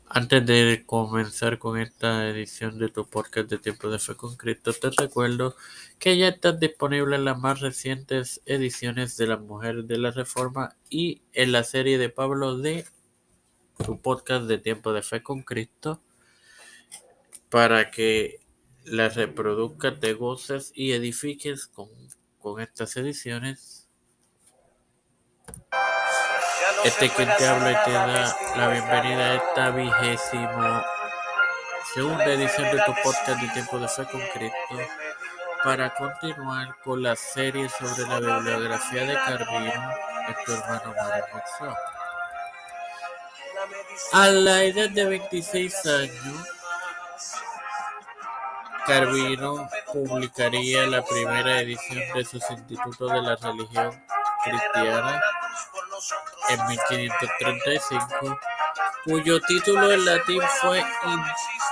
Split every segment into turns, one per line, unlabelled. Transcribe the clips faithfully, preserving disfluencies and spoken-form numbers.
Antes de comenzar con esta edición de tu podcast de Tiempo de Fe con Cristo, te recuerdo que ya están disponibles las más recientes ediciones de las Mujeres de la Reforma y en la serie de Pablo de tu podcast de Tiempo de Fe con Cristo para que las reproduzcas, te goces y edifiques con, con estas ediciones. Este quien te habla y te da la bienvenida a esta vigésimo segunda edición de tu podcast de Tiempo de Fe con Cristo para continuar con la serie sobre la bibliografía de Calvino, de tu hermano Mario Mozart. A la edad de veintiséis años, Calvino publicaría la primera edición de sus Institutos de la Religión Cristiana en mil quinientos treinta y cinco, cuyo título en latín fue In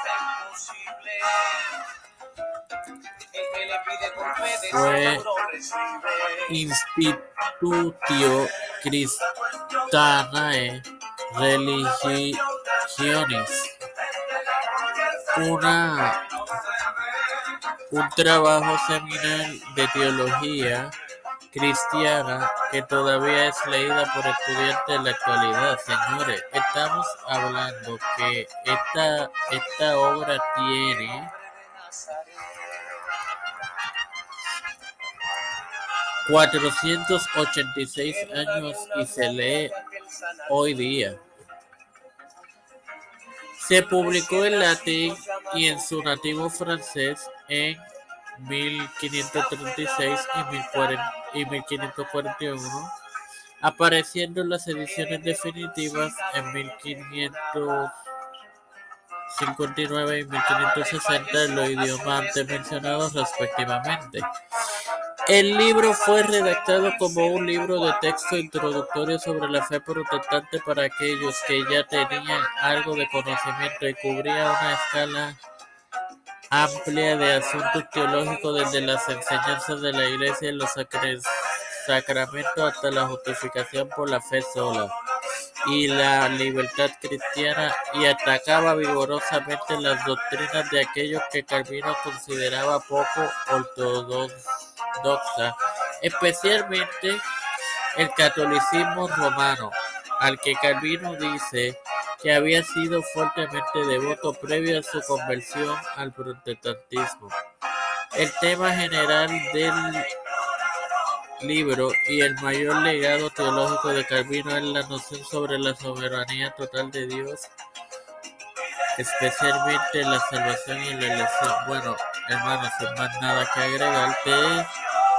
fue Institutio Christianae Religionis, una, un trabajo seminal de teología cristiana que todavía es leída por estudiantes en la actualidad. Señores, estamos hablando que esta, esta obra tiene cuatrocientos ochenta y seis años y se lee hoy día. Se publicó en latín y en su nativo francés en mil quinientos treinta y seis y mil quinientos cuarenta y uno, apareciendo en las ediciones definitivas en mil quinientos cincuenta y nueve y mil quinientos sesenta en los idiomas antes mencionados respectivamente. El libro fue redactado como un libro de texto introductorio sobre la fe protestante para aquellos que ya tenían algo de conocimiento y cubría una escala amplia de asuntos teológicos desde las enseñanzas de la Iglesia en los sacramentos hasta la justificación por la fe sola y la libertad cristiana, y atacaba vigorosamente las doctrinas de aquellos que Calvino consideraba poco ortodoxas, especialmente el catolicismo romano, al que Calvino dice que había sido fuertemente devoto previo a su conversión al protestantismo. El tema general del libro y el mayor legado teológico de Calvino es la noción sobre la soberanía total de Dios, especialmente la salvación y la elección. Bueno, hermanos, sin más nada que agregar, te,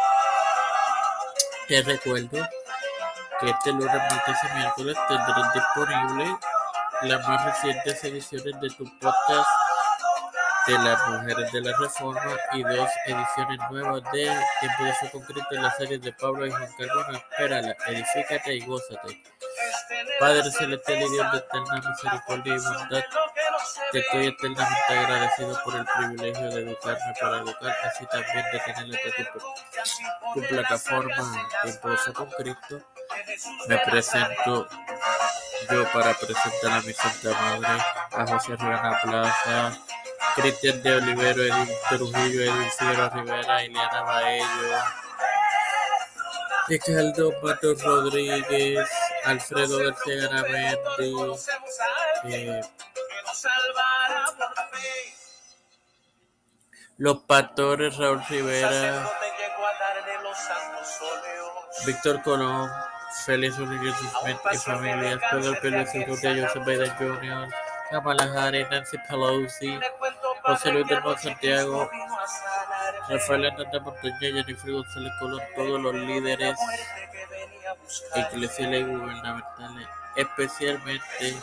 te recuerdo que este lunes, martes y miércoles tendrán disponible las más recientes ediciones de tu podcast de las Mujeres de la Reforma y dos ediciones nuevas de Tiempo de Fe con Cristo en la serie de Pablo y Juan Calvino. Espérala, edifícate y gózate. Padre celestial y Dios de eterna misericordia y bondad, te estoy eternamente agradecido por el privilegio de educarme para educar, así también de tener tu, tu plataforma Tiempo de Fe con Cristo. Me presento yo para presentar a mi Santa Madre, a José Riana Plaza, Cristian de Olivero, Edith Trujillo, Edith Figueroa Rivera, Ileana Baello, Ricardo Matos Rodríguez, Alfredo García Garamendi, eh, los pastores Raúl Rivera, Víctor Colón, Félix Rodríguez Smith y familias, Pedro Pérez Urrutia, Joseph Biden junior, Kamala Harris, Nancy Pelosi, José Luis del Monte Santiago, Rafael Hernández Montañez, Jennifer González Colón, todos los líderes eclesiales y gubernamentales, especialmente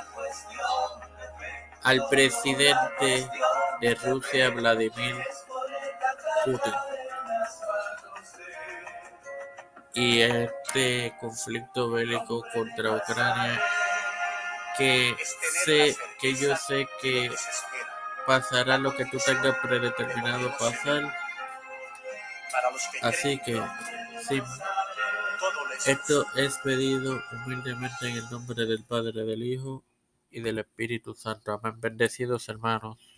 al presidente de Rusia, Vladimir Putin, y este conflicto bélico contra Ucrania que sé que yo sé que pasará lo que tú tengas predeterminado pasar, así que sí, esto es pedido humildemente en el nombre del Padre, del Hijo y del Espíritu Santo. Amén. Bendecidos hermanos.